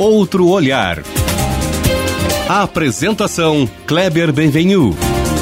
Outro olhar. A apresentação Kleber Benvenu.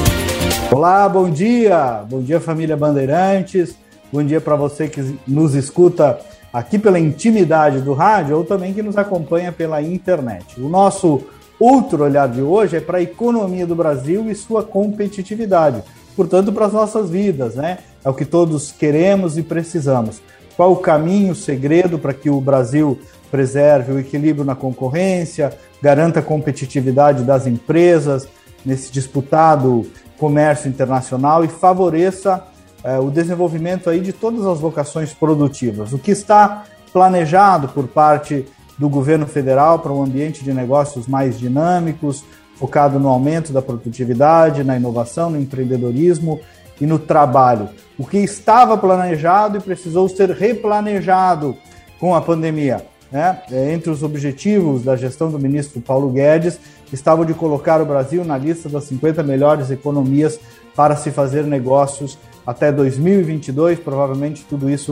Olá, bom dia! Bom dia, família Bandeirantes. Bom dia para você que nos escuta aqui pela intimidade do rádio ou também que nos acompanha pela internet. O nosso outro olhar de hoje é para a economia do Brasil e sua competitividade. Portanto, para as nossas vidas, né? É o que todos queremos e precisamos. Qual o caminho, o segredo para que o Brasil preserve o equilíbrio na concorrência, garanta a competitividade das empresas nesse disputado comércio internacional e favoreça o desenvolvimento aí de todas as vocações produtivas. O que está planejado por parte do governo federal para um ambiente de negócios mais dinâmicos, focado no aumento da produtividade, na inovação, no empreendedorismo e no trabalho. O que estava planejado e precisou ser replanejado com a pandemia. Né? Entre os objetivos da gestão do ministro Paulo Guedes, estavam de colocar o Brasil na lista das 50 melhores economias para se fazer negócios até 2022. Provavelmente tudo isso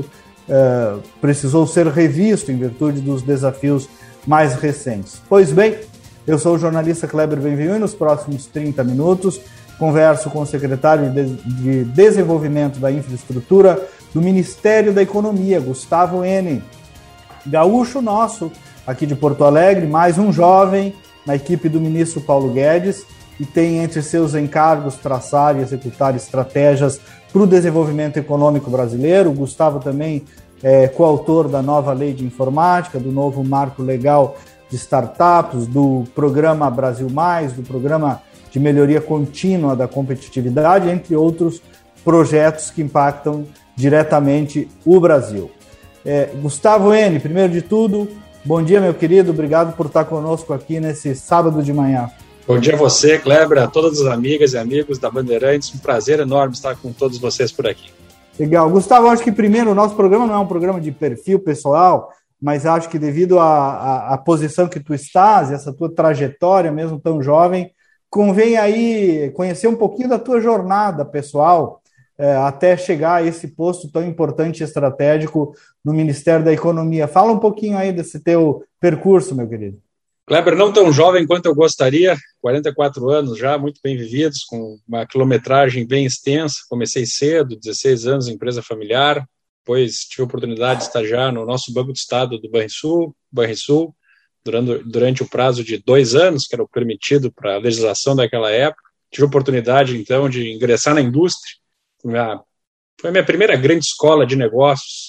precisou ser revisto em virtude dos desafios mais recentes. Pois bem, eu sou o jornalista Kleber Benvenu e nos próximos 30 minutos converso com o secretário de Desenvolvimento da Infraestrutura do Ministério da Economia, Gustavo Henning. Gaúcho nosso, aqui de Porto Alegre, mais um jovem na equipe do ministro Paulo Guedes e tem entre seus encargos traçar e executar estratégias para o desenvolvimento econômico brasileiro. O Gustavo também é coautor da nova lei de informática, do novo marco legal de startups, do programa Brasil Mais, do programa de melhoria contínua da competitividade, entre outros projetos que impactam diretamente o Brasil. Gustavo Henning, primeiro de tudo, bom dia, meu querido, obrigado por estar conosco aqui nesse sábado de manhã. Bom dia a você, Kleber, a todas as amigas e amigos da Bandeirantes, um prazer enorme estar com todos vocês por aqui. Legal. Gustavo, acho que primeiro o nosso programa não é um programa de perfil pessoal, mas acho que devido à posição que tu estás, essa tua trajetória mesmo tão jovem, convém aí conhecer um pouquinho da tua jornada pessoal até chegar a esse posto tão importante e estratégico no Ministério da Economia. Fala um pouquinho aí desse teu percurso, meu querido. Kleber, não tão jovem quanto eu gostaria, 44 anos já, muito bem vividos, com uma quilometragem bem extensa. Comecei cedo, 16 anos, empresa familiar, depois tive a oportunidade de estagiar no nosso Banco de Estado do Banrisul, durante o prazo de 2 anos, que era o permitido para a legislação daquela época. Tive a oportunidade, então, de ingressar na indústria. Foi a minha primeira grande escola de negócios.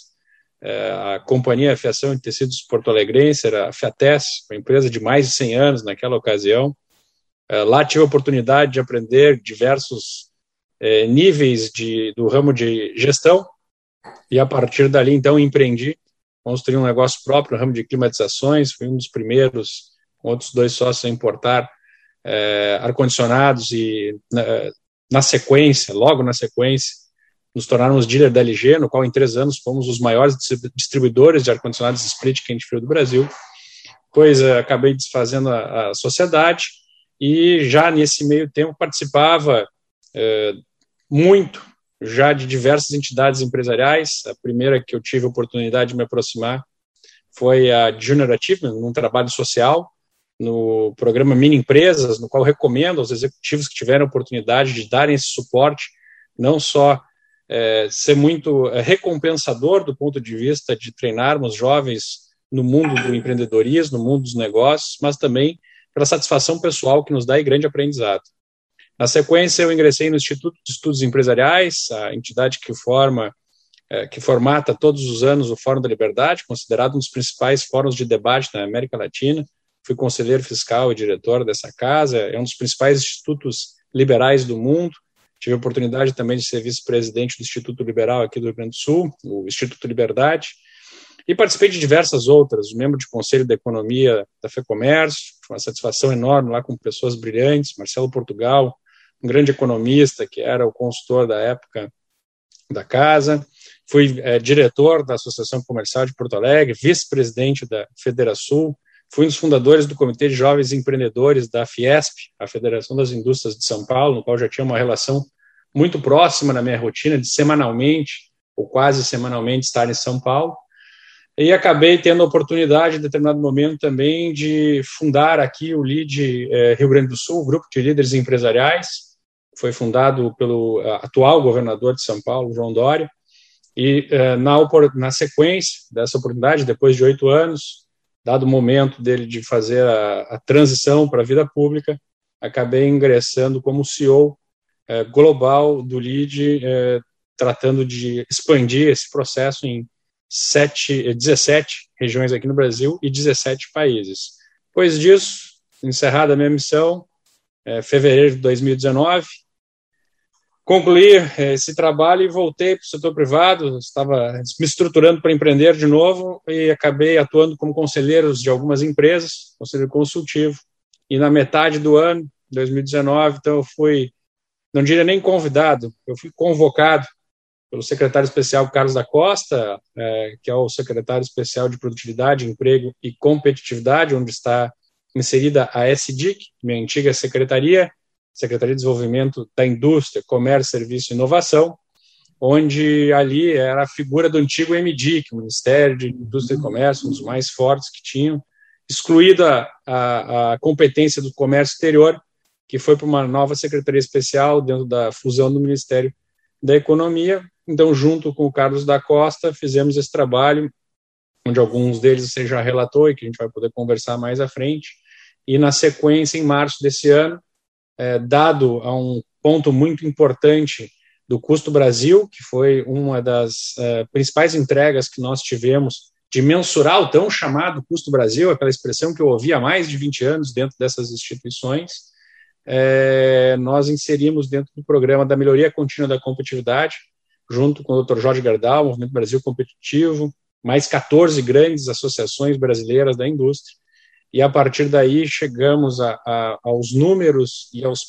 A Companhia Fiação e Tecidos Porto Alegrense, era a Fiates, uma empresa de mais de 100 anos naquela ocasião. Lá tive a oportunidade de aprender diversos níveis do ramo de gestão e a partir dali, então, empreendi, construí um negócio próprio no ramo de climatizações. Fui um dos primeiros, com outros 2 sócios, a importar ar-condicionados e, logo na sequência, nos tornarmos dealer da LG, no qual em 3 anos fomos os maiores distribuidores de ar-condicionados split quente frio do Brasil. Depois acabei desfazendo a sociedade e já nesse meio tempo participava muito já de diversas entidades empresariais. A primeira que eu tive a oportunidade de me aproximar foi a Junior Achievement, num trabalho social, no programa Mini Empresas, no qual recomendo aos executivos que tiveram a oportunidade de darem esse suporte, não só ser muito recompensador do ponto de vista de treinarmos jovens no mundo do empreendedorismo, no mundo dos negócios, mas também pela satisfação pessoal que nos dá e grande aprendizado. Na sequência, eu ingressei no Instituto de Estudos Empresariais, a entidade que formata todos os anos o Fórum da Liberdade, considerado um dos principais fóruns de debate na América Latina. Fui conselheiro fiscal e diretor dessa casa, é um dos principais institutos liberais do mundo. Tive a oportunidade também de ser vice-presidente do Instituto Liberal aqui do Rio Grande do Sul, o Instituto Liberdade, e participei de diversas outras, membro de Conselho da Economia da FEComércio, uma satisfação enorme lá com pessoas brilhantes, Marcelo Portugal, um grande economista que era o consultor da época da casa. Fui diretor da Associação Comercial de Porto Alegre, vice-presidente da Federação. Fui um dos fundadores do Comitê de Jovens Empreendedores da Fiesp, a Federação das Indústrias de São Paulo, no qual já tinha uma relação muito próxima na minha rotina de semanalmente, ou quase semanalmente, estar em São Paulo. E acabei tendo a oportunidade, em determinado momento também, de fundar aqui o LEAD Rio Grande do Sul, o Grupo de Líderes Empresariais. Foi fundado pelo atual governador de São Paulo, João Dória. E na sequência dessa oportunidade, depois de 8 anos, dado o momento dele de fazer a transição para a vida pública, acabei ingressando como CEO global do LEAD, tratando de expandir esse processo em 17 regiões aqui no Brasil e 17 países. Depois disso, encerrada a minha missão, fevereiro de 2019, concluí esse trabalho e voltei para o setor privado. Estava me estruturando para empreender de novo e acabei atuando como conselheiro de algumas empresas, conselheiro consultivo. E na metade do ano, 2019, então eu fui, não diria nem convidado, eu fui convocado pelo secretário especial Carlos da Costa, que é o secretário especial de Produtividade, Emprego e Competitividade, onde está inserida a SDIC, minha antiga Secretaria de Desenvolvimento da Indústria, Comércio, Serviço e Inovação, onde ali era a figura do antigo MDIC, o Ministério de Indústria e Comércio, um dos mais fortes que tinham, excluída a competência do comércio exterior, que foi para uma nova Secretaria Especial dentro da fusão do Ministério da Economia. Então, junto com o Carlos da Costa, fizemos esse trabalho, onde alguns deles você já relatou e que a gente vai poder conversar mais à frente. E, na sequência, em março desse ano, dado a um ponto muito importante do Custo Brasil, que foi uma das principais entregas que nós tivemos de mensurar o tão chamado Custo Brasil, aquela expressão que eu ouvi há mais de 20 anos dentro dessas instituições, nós inserimos dentro do programa da Melhoria Contínua da Competitividade, junto com o Dr. Jorge Gerdau, Movimento Brasil Competitivo, mais 14 grandes associações brasileiras da indústria, e a partir daí chegamos aos números e as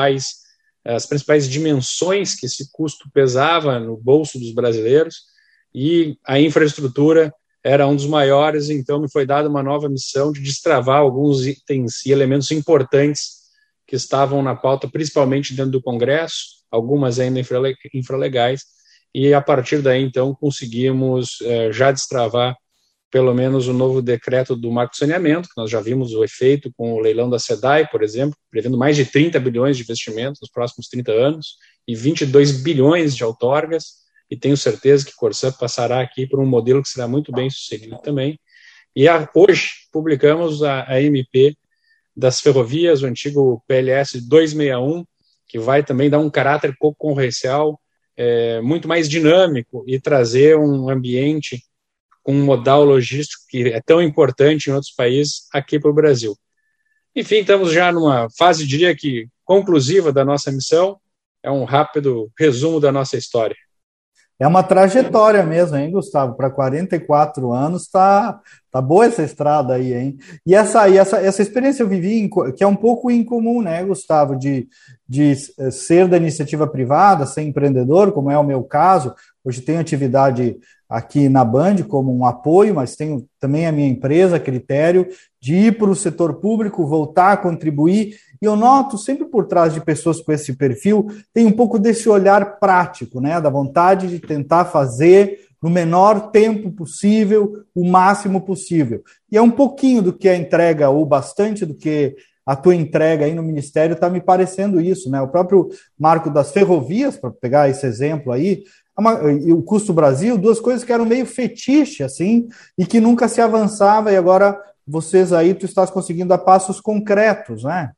principais dimensões que esse custo pesava no bolso dos brasileiros, e a infraestrutura era um dos maiores. Então me foi dada uma nova missão de destravar alguns itens e elementos importantes que estavam na pauta, principalmente dentro do Congresso, algumas ainda infralegais, e a partir daí, então, conseguimos já destravar pelo menos o novo decreto do Marco Saneamento, que nós já vimos o efeito com o leilão da SEDAI, por exemplo, prevendo mais de 30 bilhões de investimentos nos próximos 30 anos e 22 bilhões de outorgas, e tenho certeza que Corsã passará aqui por um modelo que será muito bem sucedido também. E hoje publicamos a MP das ferrovias, o antigo PLS 261, que vai também dar um caráter concorrencial muito mais dinâmico e trazer um ambiente com um modal logístico que é tão importante em outros países aqui para o Brasil. Enfim, estamos já numa fase, diria que, conclusiva da nossa missão. É um rápido resumo da nossa história. É uma trajetória mesmo, hein, Gustavo? Para 44 anos, tá boa essa estrada aí, hein? E essa experiência eu vivi, que é um pouco incomum, né, Gustavo, de ser da iniciativa privada, ser empreendedor, como é o meu caso. Hoje tenho atividade aqui na Band como um apoio, mas tenho também a minha empresa, Critério, de ir para o setor público, voltar a contribuir. E eu noto sempre por trás de pessoas com esse perfil, tem um pouco desse olhar prático, né? Da vontade de tentar fazer no menor tempo possível, o máximo possível. E é um pouquinho do que a entrega, ou bastante do que a tua entrega aí no Ministério está me parecendo isso, né? O próprio marco das ferrovias, para pegar esse exemplo aí, e o Custo Brasil, duas coisas que eram meio fetiche, assim, e que nunca se avançava, e agora vocês aí, tu estás conseguindo dar passos concretos, né?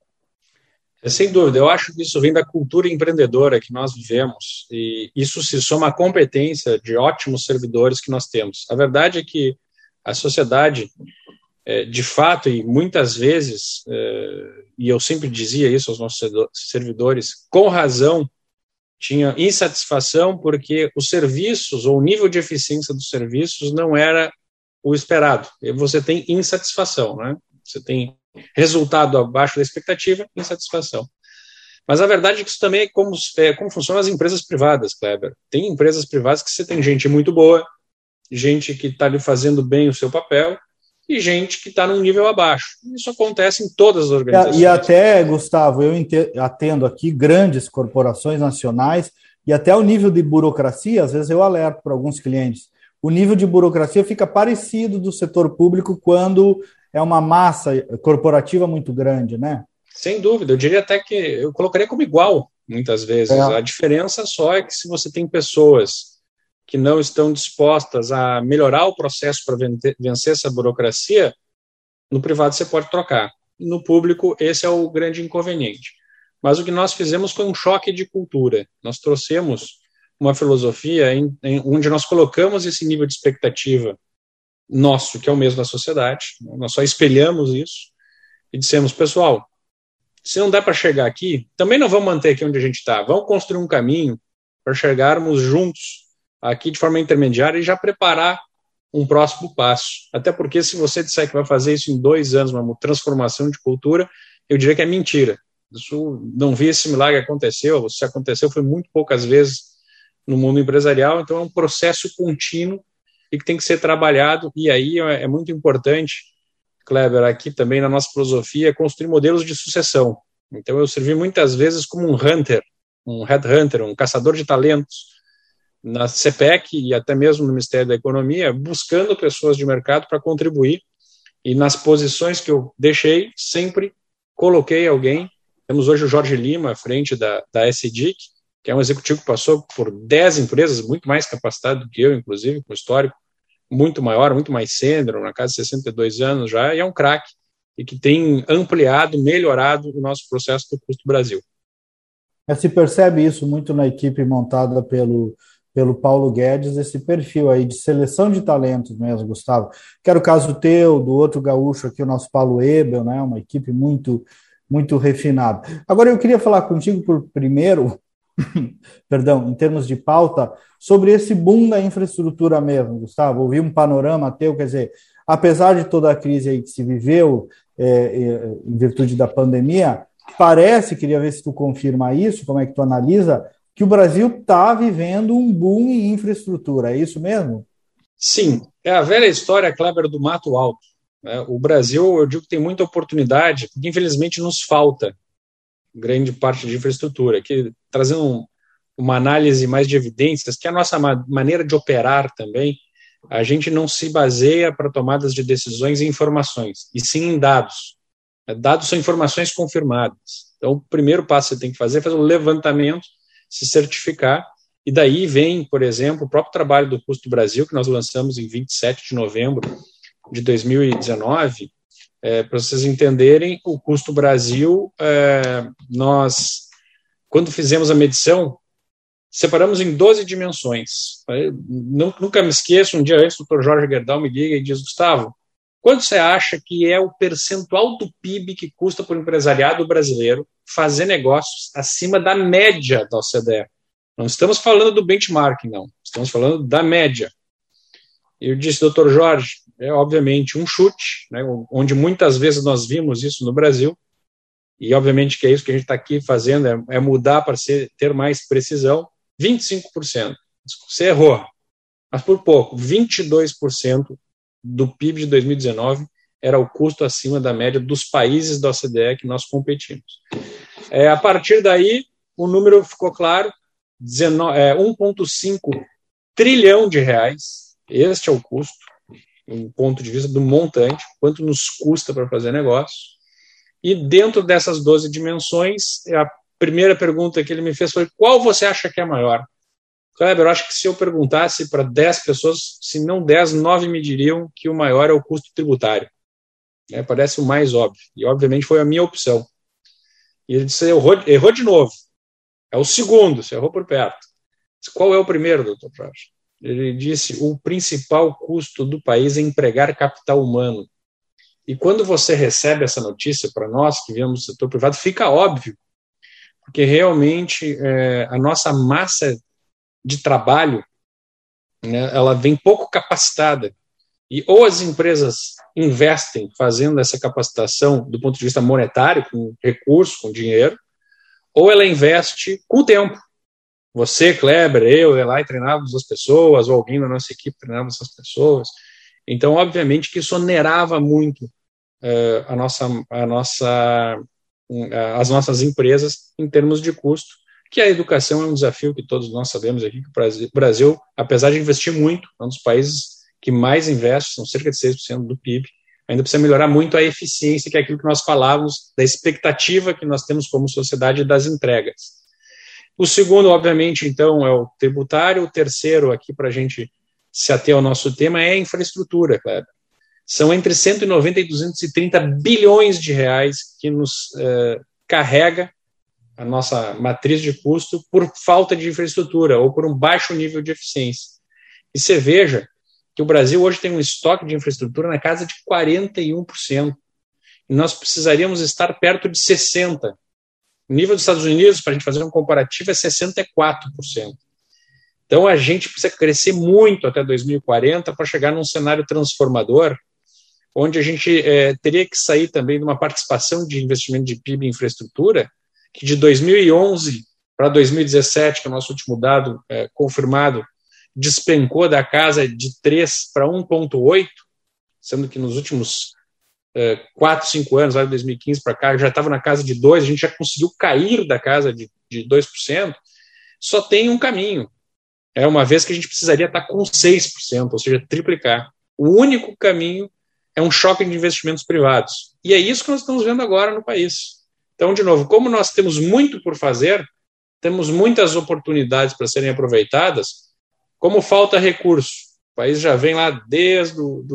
Sem dúvida, eu acho que isso vem da cultura empreendedora que nós vivemos, e isso se soma à competência de ótimos servidores que nós temos. A verdade é que a sociedade, de fato, e muitas vezes, e eu sempre dizia isso aos nossos servidores, com razão, tinha insatisfação porque os serviços, ou o nível de eficiência dos serviços não era o esperado. E você tem insatisfação, né? Você tem resultado abaixo da expectativa, insatisfação. Mas a verdade é que isso também é como funcionam as empresas privadas, Kleber. Tem empresas privadas que você tem gente muito boa, gente que está ali fazendo bem o seu papel, e gente que está num nível abaixo. Isso acontece em todas as organizações. E até, Gustavo, eu atendo aqui grandes corporações nacionais, e até o nível de burocracia, às vezes eu alerto para alguns clientes. o nível de burocracia fica parecido do setor público quando é uma massa corporativa muito grande, né? Sem dúvida, eu diria até que eu colocaria como igual, muitas vezes. A É. diferença só é que se você tem pessoas que não estão dispostas a melhorar o processo para vencer essa burocracia, no privado você pode trocar. No público, esse é o grande inconveniente. Mas o que nós fizemos foi um choque de cultura. Nós trouxemos uma filosofia onde nós colocamos esse nível de expectativa nosso, que é o mesmo da sociedade, nós só espelhamos isso e dissemos, pessoal, se não dá para chegar aqui, também não vamos manter aqui onde a gente está, vamos construir um caminho para chegarmos juntos aqui de forma intermediária e já preparar um próximo passo. Até porque se você disser que vai fazer isso em 2 anos, uma transformação de cultura, eu diria que é mentira. Isso, não vi esse milagre aconteceu, se aconteceu foi muito poucas vezes no mundo empresarial, então é um processo contínuo e que tem que ser trabalhado, e aí é muito importante, Kleber, aqui também na nossa filosofia, construir modelos de sucessão. Então eu servi muitas vezes como um hunter, um headhunter, um caçador de talentos, na CPEC e até mesmo no Ministério da Economia, buscando pessoas de mercado para contribuir, e nas posições que eu deixei, sempre coloquei alguém. Temos hoje o Jorge Lima à frente da SDIC, que é um executivo que passou por 10 empresas, muito mais capacitado do que eu, inclusive, com histórico muito maior, muito mais sênior, na casa de 62 anos já, e é um craque, e que tem ampliado, melhorado o nosso processo do Custo Brasil. Se percebe isso muito na equipe montada pelo Paulo Guedes, esse perfil aí de seleção de talentos mesmo, Gustavo. Que era o caso teu, do outro gaúcho aqui, o nosso Paulo Ebel, né? Uma equipe muito, muito refinada. Agora eu queria falar contigo por primeiro, perdão, em termos de pauta, sobre esse boom da infraestrutura mesmo, Gustavo. Ouvi um panorama teu, quer dizer, apesar de toda a crise aí que se viveu em virtude da pandemia, parece, queria ver se tu confirma isso, como é que tu analisa, que o Brasil está vivendo um boom em infraestrutura, é isso mesmo? Sim, é a velha história, Kleber, do mato alto. O Brasil, eu digo que tem muita oportunidade, porque infelizmente nos falta grande parte de infraestrutura, que trazendo uma análise mais de evidências, que é a nossa maneira de operar também, a gente não se baseia para tomadas de decisões em informações, e sim em dados. Dados são informações confirmadas. Então, o primeiro passo que você tem que fazer é fazer um levantamento, se certificar, e daí vem, por exemplo, o próprio trabalho do Custo Brasil, que nós lançamos em 27 de novembro de 2019, para vocês entenderem, o Custo Brasil, nós, quando fizemos a medição, separamos em 12 dimensões. Nunca me esqueço, um dia antes o Dr. Jorge Gerdau me liga e diz, Gustavo, quanto você acha que é o percentual do PIB que custa para o empresariado brasileiro fazer negócios acima da média da OCDE? Não estamos falando do benchmarking, não. Estamos falando da média. Eu disse, doutor Jorge, é obviamente um chute, né, onde muitas vezes nós vimos isso no Brasil, e obviamente que é isso que a gente está aqui fazendo, é mudar para ter mais precisão, 25%. Você errou, mas por pouco, 22% do PIB de 2019 era o custo acima da média dos países da OCDE que nós competimos. A partir daí, o número ficou claro, 1,5 trilhão de reais, este é o custo, um ponto de vista do montante, quanto nos custa para fazer negócio. E dentro dessas 12 dimensões, a primeira pergunta que ele me fez foi: qual você acha que é maior? Kleber, eu acho que se eu perguntasse para 10 pessoas, se não 10, 9 me diriam que o maior é o custo tributário. Parece o mais óbvio. E, obviamente, foi a minha opção. E ele disse: errou de novo. É o segundo, você errou por perto. Disse, qual é o primeiro, doutor Jorge? Ele disse: o principal custo do país é empregar capital humano. E quando você recebe essa notícia, para nós que viemos do setor privado, fica óbvio, porque realmente a nossa massa de trabalho, né, ela vem pouco capacitada. E ou as empresas investem fazendo essa capacitação do ponto de vista monetário, com recurso, com dinheiro, ou ela investe com o tempo. Você, Kleber, eu ia lá e treinávamos as pessoas, ou alguém da nossa equipe treinava essas pessoas. Então, obviamente, que isso onerava muito as nossas empresas em termos de custo, que a educação é um desafio que todos nós sabemos aqui, que o Brasil, apesar de investir muito, é um dos países que mais investe, são cerca de 6% do PIB, ainda precisa melhorar muito a eficiência, que é aquilo que nós falávamos, da expectativa que nós temos como sociedade das entregas. O segundo, obviamente, então, é o tributário. O terceiro, aqui para a gente se ater ao nosso tema, é a infraestrutura, Kleber. São entre 190 e 230 bilhões de reais que nos carrega a nossa matriz de custo por falta de infraestrutura ou por um baixo nível de eficiência. E você veja que o Brasil hoje tem um estoque de infraestrutura na casa de 41%. E nós precisaríamos estar perto de 60%. O nível dos Estados Unidos, para a gente fazer um comparativo, é 64%. Então, a gente precisa crescer muito até 2040 para chegar num cenário transformador, onde a gente teria que sair também de uma participação de investimento de PIB em infraestrutura, que de 2011 para 2017, que é o nosso último dado confirmado, despencou da casa de 3 para 1,8, sendo que nos últimos 4, 5 anos, lá de 2015 para cá, já estava na casa de 2%, a gente já conseguiu cair da casa de 2%, só tem um caminho. Uma vez que a gente precisaria estar com 6%, ou seja, triplicar. O único caminho é um choque de investimentos privados. E é isso que nós estamos vendo agora no país. Então, de novo, como nós temos muito por fazer, temos muitas oportunidades para serem aproveitadas, como falta recurso. O país já vem lá desde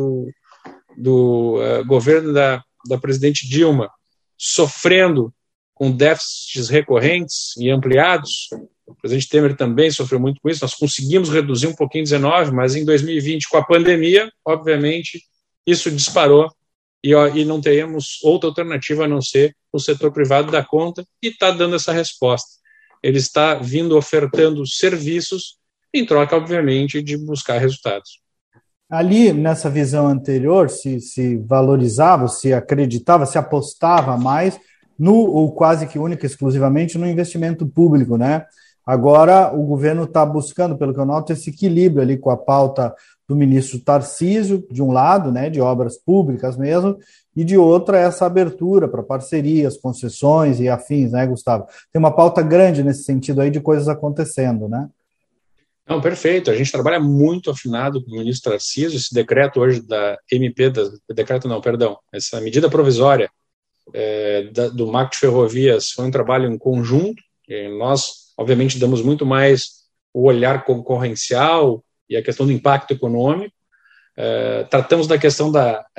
do governo da presidente Dilma, sofrendo com déficits recorrentes e ampliados. O presidente Temer também sofreu muito com isso. Nós conseguimos reduzir um pouquinho em 2019, mas em 2020, com a pandemia, obviamente, isso disparou e não teremos outra alternativa a não ser o setor privado dar conta, e está dando essa resposta. Ele está vindo ofertando serviços em troca, obviamente, de buscar resultados. Ali, nessa visão anterior, se valorizava, se acreditava, se apostava mais ou quase que única, exclusivamente, no investimento público, né? Agora, o governo está buscando, pelo que eu noto, esse equilíbrio ali com a pauta do ministro Tarcísio, de um lado, né, de obras públicas mesmo, e de outra, essa abertura para parcerias, concessões e afins, né, Gustavo? Tem uma pauta grande nesse sentido aí de coisas acontecendo, né? Não, perfeito. A gente trabalha muito afinado com o ministro Tarcísio. Esse decreto hoje da MP, essa medida provisória do Marco de Ferrovias foi um trabalho em conjunto. Nós, obviamente, damos muito mais o olhar concorrencial e a questão do impacto econômico. Tratamos da questão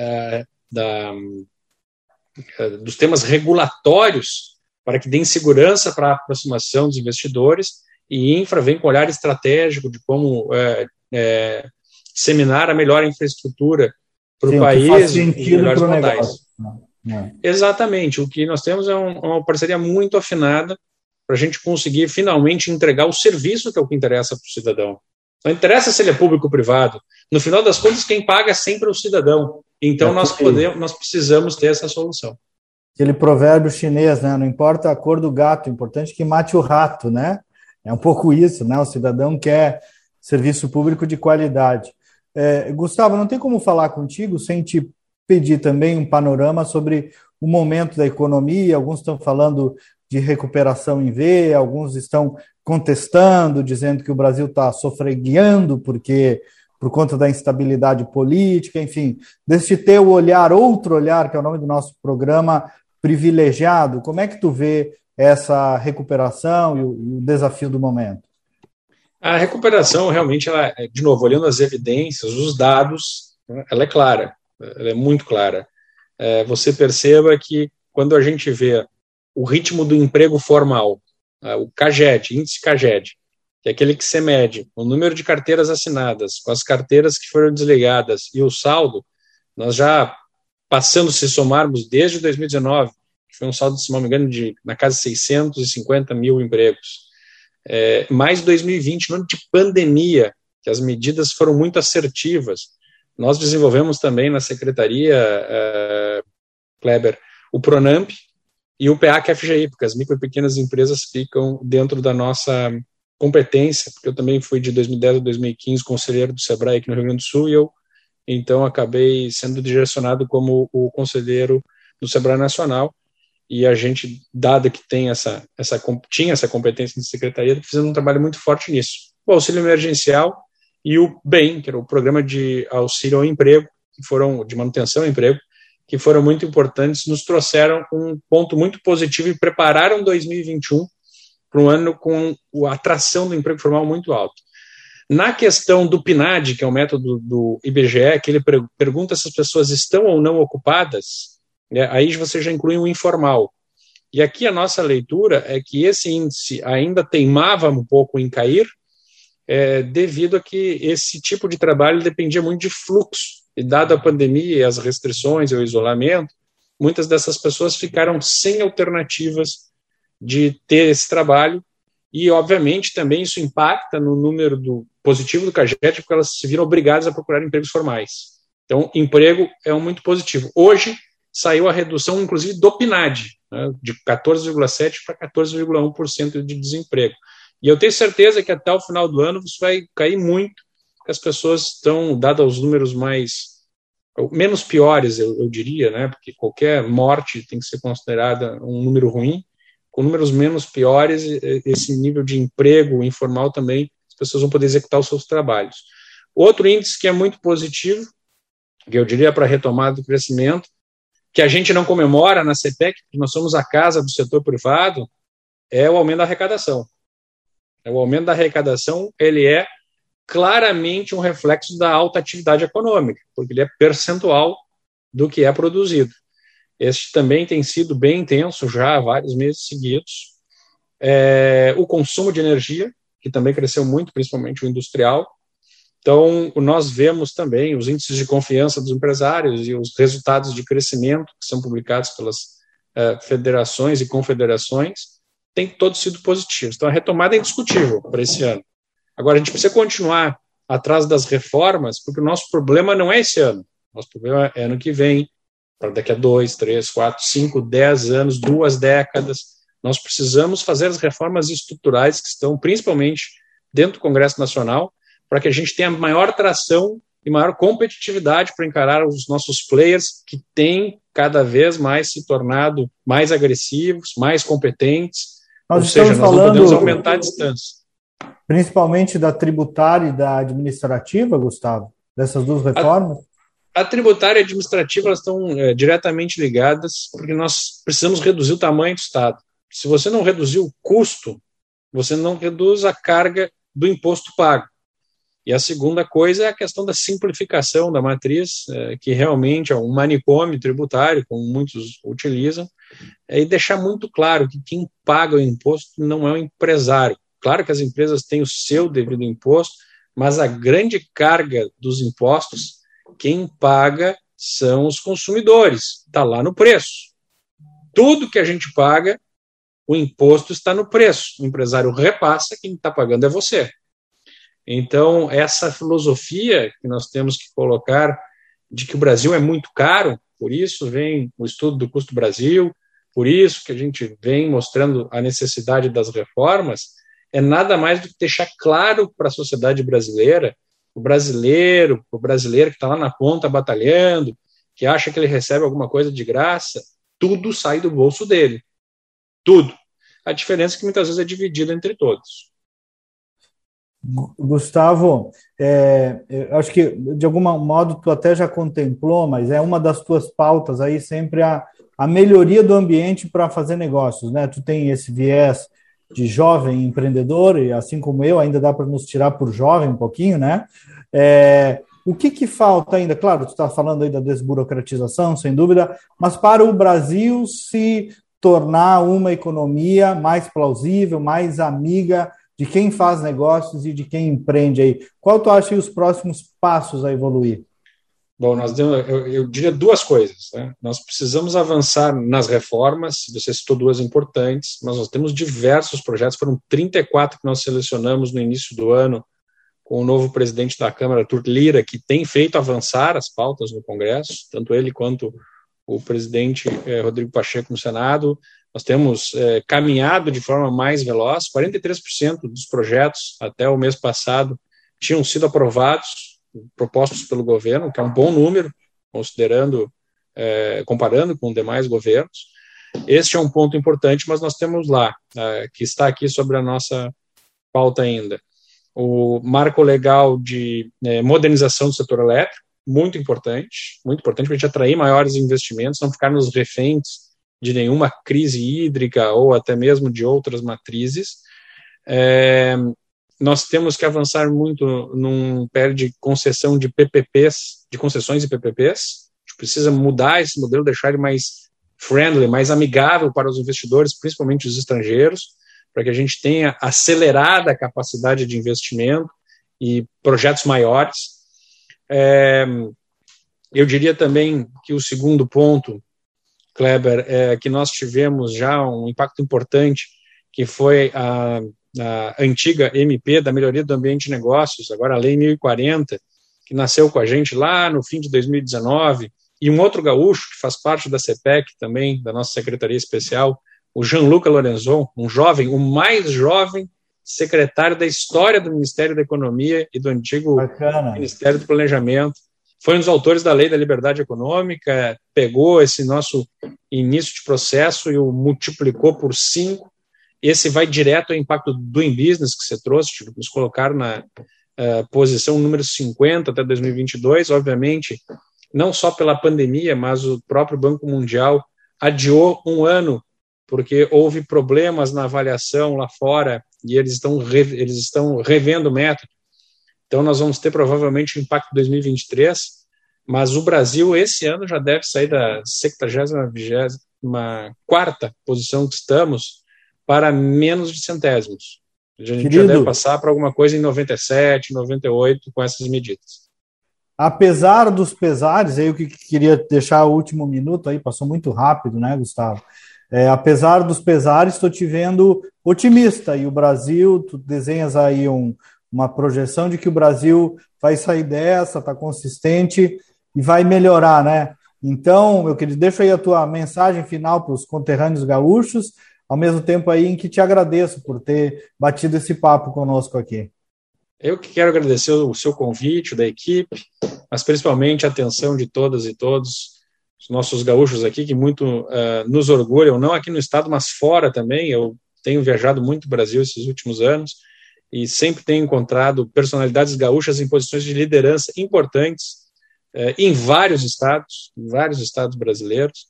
dos temas regulatórios para que deem segurança para a aproximação dos investidores. E infra vem com olhar estratégico de como disseminar a melhor infraestrutura para o país e melhores modais. Exatamente. O que nós temos é uma parceria muito afinada para a gente conseguir finalmente entregar o serviço, que é o que interessa para o cidadão. Não interessa se ele é público ou privado. No final das contas, quem paga é sempre o cidadão. Então, nós precisamos ter essa solução. Aquele provérbio chinês, né? Não importa a cor do gato, o importante é que mate o rato, né? É um pouco isso, né? O cidadão quer serviço público de qualidade. Gustavo, não tem como falar contigo sem te pedir também um panorama sobre o momento da economia. Alguns estão falando de recuperação em V, alguns estão contestando, dizendo que o Brasil está sofregueando por conta da instabilidade política, enfim, desse teu olhar, outro olhar, que é o nome do nosso programa, privilegiado. Como é que tu vê essa recuperação e o desafio do momento? A recuperação realmente, de novo, olhando as evidências, os dados, ela é clara, ela é muito clara. Você perceba que quando a gente vê o ritmo do emprego formal, o CAGED, índice CAGED, que é aquele que se mede o número de carteiras assinadas com as carteiras que foram desligadas e o saldo, nós já passando, se somarmos desde 2019, que foi um saldo, se não me engano, na casa de 650 mil empregos. Mais 2020, no ano de pandemia, que as medidas foram muito assertivas. Nós desenvolvemos também na Secretaria, Kleber, o PRONAMP e o PAC-FGI, porque as micro e pequenas empresas ficam dentro da nossa competência, porque eu também fui de 2010 a 2015 conselheiro do SEBRAE aqui no Rio Grande do Sul, e eu, então, acabei sendo direcionado como o conselheiro do SEBRAE Nacional. e a gente, dado que tinha essa competência de secretaria, fizemos um trabalho muito forte nisso. O auxílio emergencial e o BEM, que era o programa de auxílio ao emprego, que foram de manutenção ao emprego, que foram muito importantes, nos trouxeram um ponto muito positivo e prepararam 2021 para um ano com a atração do emprego formal muito alto. Na questão do PNAD, que é o método do IBGE, que ele pergunta se as pessoas estão ou não ocupadas, né, aí você já inclui o informal. E aqui a nossa leitura é que esse índice ainda teimava um pouco em cair, devido a que esse tipo de trabalho dependia muito de fluxo. E dada a pandemia, as restrições e o isolamento, muitas dessas pessoas ficaram sem alternativas de ter esse trabalho, e obviamente também isso impacta no número positivo do CAGED, porque elas se viram obrigadas a procurar empregos formais. Então, emprego é muito positivo. Hoje saiu a redução, inclusive, do PNAD, né, de 14,7% para 14,1% de desemprego. E eu tenho certeza que até o final do ano isso vai cair muito, porque as pessoas estão, dadas aos números menos piores, eu diria, né, porque qualquer morte tem que ser considerada um número ruim. Com números menos piores, esse nível de emprego informal também, as pessoas vão poder executar os seus trabalhos. Outro índice que é muito positivo, que eu diria para a retomada do crescimento, que a gente não comemora na CPEC, porque nós somos a casa do setor privado, é o aumento da arrecadação. O aumento da arrecadação, ele é claramente um reflexo da alta atividade econômica, porque ele é percentual do que é produzido. Este também tem sido bem intenso já há vários meses seguidos. O consumo de energia, que também cresceu muito, principalmente o industrial. Então, nós vemos também os índices de confiança dos empresários e os resultados de crescimento que são publicados pelas federações e confederações, têm todos sido positivos. Então, a retomada é indiscutível para esse ano. Agora, a gente precisa continuar atrás das reformas, porque o nosso problema não é esse ano. Nosso problema é ano que vem, para daqui a 2, 3, 4, 5, 10 anos, 2 décadas. Nós precisamos fazer as reformas estruturais que estão principalmente dentro do Congresso Nacional, para que a gente tenha maior tração e maior competitividade para encarar os nossos players que têm cada vez mais se tornado mais agressivos, mais competentes. Ou seja, nós não podemos aumentar a distância. Principalmente da tributária e da administrativa, Gustavo, dessas duas reformas? A tributária e a administrativa, elas estão diretamente ligadas, porque nós precisamos reduzir o tamanho do Estado. Se você não reduzir o custo, você não reduz a carga do imposto pago. E a segunda coisa é a questão da simplificação da matriz, que realmente é um manicômio tributário, como muitos utilizam, e deixar muito claro que quem paga o imposto não é o empresário. Claro que as empresas têm o seu devido imposto, mas a grande carga dos impostos, quem paga são os consumidores, está lá no preço. Tudo que a gente paga, o imposto está no preço. O empresário repassa, quem está pagando é você. Então, essa filosofia que nós temos que colocar de que o Brasil é muito caro, por isso vem o estudo do custo Brasil, por isso que a gente vem mostrando a necessidade das reformas, é nada mais do que deixar claro para a sociedade brasileira, o brasileiro que está lá na ponta batalhando, que acha que ele recebe alguma coisa de graça, tudo sai do bolso dele. Tudo. A diferença é que muitas vezes é dividida entre todos. Gustavo, eu acho que de algum modo tu até já contemplou, mas é uma das tuas pautas aí sempre a melhoria do ambiente para fazer negócios, né? Tu tem esse viés de jovem empreendedor, e assim como eu, ainda dá para nos tirar por jovem um pouquinho, né? O que falta ainda? Claro, tu está falando aí da desburocratização, sem dúvida, mas para o Brasil se tornar uma economia mais plausível, mais amiga de quem faz negócios e de quem empreende aí. Qual tu acha os próximos passos a evoluir? Bom, eu diria duas coisas, né? Nós precisamos avançar nas reformas, você citou duas importantes, mas nós temos diversos projetos, foram 34 que nós selecionamos no início do ano, com o novo presidente da Câmara, Arthur Lira, que tem feito avançar as pautas no Congresso, tanto ele quanto o presidente Rodrigo Pacheco no Senado. Nós temos caminhado de forma mais veloz, 43% dos projetos até o mês passado tinham sido aprovados, propostos pelo governo, que é um bom número, comparando com demais governos. Este é um ponto importante, mas nós temos lá, que está aqui sobre a nossa pauta ainda, o marco legal de modernização do setor elétrico, muito importante para a gente atrair maiores investimentos, não ficarmos reféns de nenhuma crise hídrica ou até mesmo de outras matrizes. Nós temos que avançar muito num pé de concessão de PPPs, de concessões e PPPs. A gente precisa mudar esse modelo, deixar ele mais friendly, mais amigável para os investidores, principalmente os estrangeiros, para que a gente tenha acelerada a capacidade de investimento e projetos maiores. Eu diria também que o segundo ponto, Kleber, é que nós tivemos já um impacto importante, que foi a antiga MP da Melhoria do Ambiente de Negócios, agora a Lei 1040, que nasceu com a gente lá no fim de 2019, e um outro gaúcho que faz parte da CPEC também, da nossa Secretaria Especial, o Gianluca Lorenzon, um jovem, o mais jovem secretário da história do Ministério da Economia e do antigo Ministério do Planejamento. Foi um dos autores da Lei da Liberdade Econômica, pegou esse nosso início de processo e o multiplicou por 5. Esse vai direto ao impacto do Doing Business que você trouxe, nos colocaram na posição número 50 até 2022, obviamente, não só pela pandemia, mas o próprio Banco Mundial adiou um ano, porque houve problemas na avaliação lá fora e eles estão revendo o método. Então, nós vamos ter provavelmente o impacto de 2023, mas o Brasil, esse ano, já deve sair da 74ª posição que estamos para menos de centésimos. A gente já deve passar para alguma coisa em 97, 98, com essas medidas. Apesar dos pesares, aí eu que queria deixar o último minuto, aí passou muito rápido, né, Gustavo? Apesar dos pesares, estou te vendo otimista, e o Brasil, tu desenhas aí uma projeção de que o Brasil vai sair dessa, está consistente e vai melhorar, né? Então, meu querido, deixa aí a tua mensagem final para os conterrâneos gaúchos, ao mesmo tempo aí em que te agradeço por ter batido esse papo conosco aqui. Eu que quero agradecer o seu convite, da equipe, mas principalmente a atenção de todas e todos os nossos gaúchos aqui, que muito nos orgulham, não aqui no estado, mas fora também. Eu tenho viajado muito o Brasil esses últimos anos, e sempre tenho encontrado personalidades gaúchas em posições de liderança importantes em vários estados brasileiros.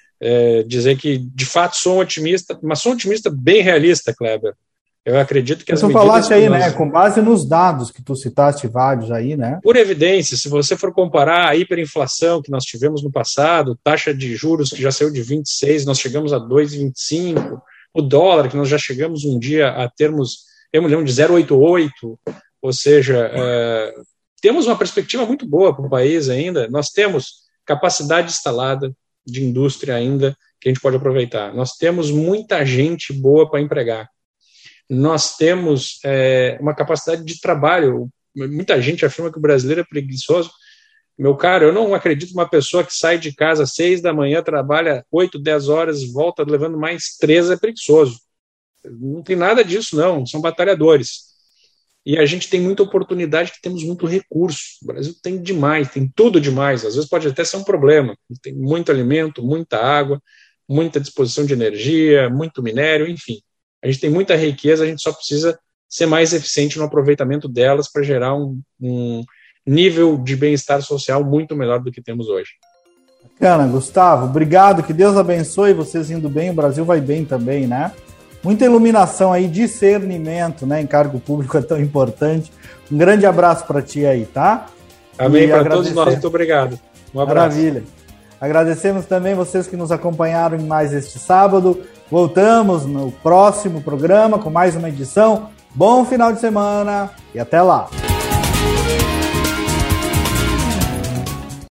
Dizer que, de fato, sou um otimista, mas sou um otimista bem realista, Kleber. Eu acredito que as medidas... Você falaste aí, né, com base nos dados que tu citaste vários aí, né? Por evidência, se você for comparar a hiperinflação que nós tivemos no passado, taxa de juros que já saiu de 26, nós chegamos a 2,25, o dólar, que nós já chegamos um dia a termos... Eu me lembro de 0,88, ou seja, temos uma perspectiva muito boa para o país ainda, nós temos capacidade instalada de indústria ainda que a gente pode aproveitar, nós temos muita gente boa para empregar, nós temos uma capacidade de trabalho, muita gente afirma que o brasileiro é preguiçoso. Meu caro, eu não acredito que uma pessoa que sai de casa às 6 da manhã, trabalha 8, 10 horas, volta levando mais 3 é preguiçoso. Não tem nada disso, não. São batalhadores. E a gente tem muita oportunidade, que temos muito recurso. O Brasil tem demais, tem tudo demais. Às vezes pode até ser um problema. Tem muito alimento, muita água, muita disposição de energia, muito minério, enfim. A gente tem muita riqueza, a gente só precisa ser mais eficiente no aproveitamento delas para gerar um nível de bem-estar social muito melhor do que temos hoje. Bacana, Gustavo. Obrigado, que Deus abençoe vocês indo bem, o Brasil vai bem também, né? Muita iluminação aí, discernimento, né? Em cargo público é tão importante. Um grande abraço para ti aí, tá? Amém para todos nós, muito obrigado. Um abraço. Maravilha. Agradecemos também vocês que nos acompanharam em mais este sábado. Voltamos no próximo programa com mais uma edição. Bom final de semana e até lá!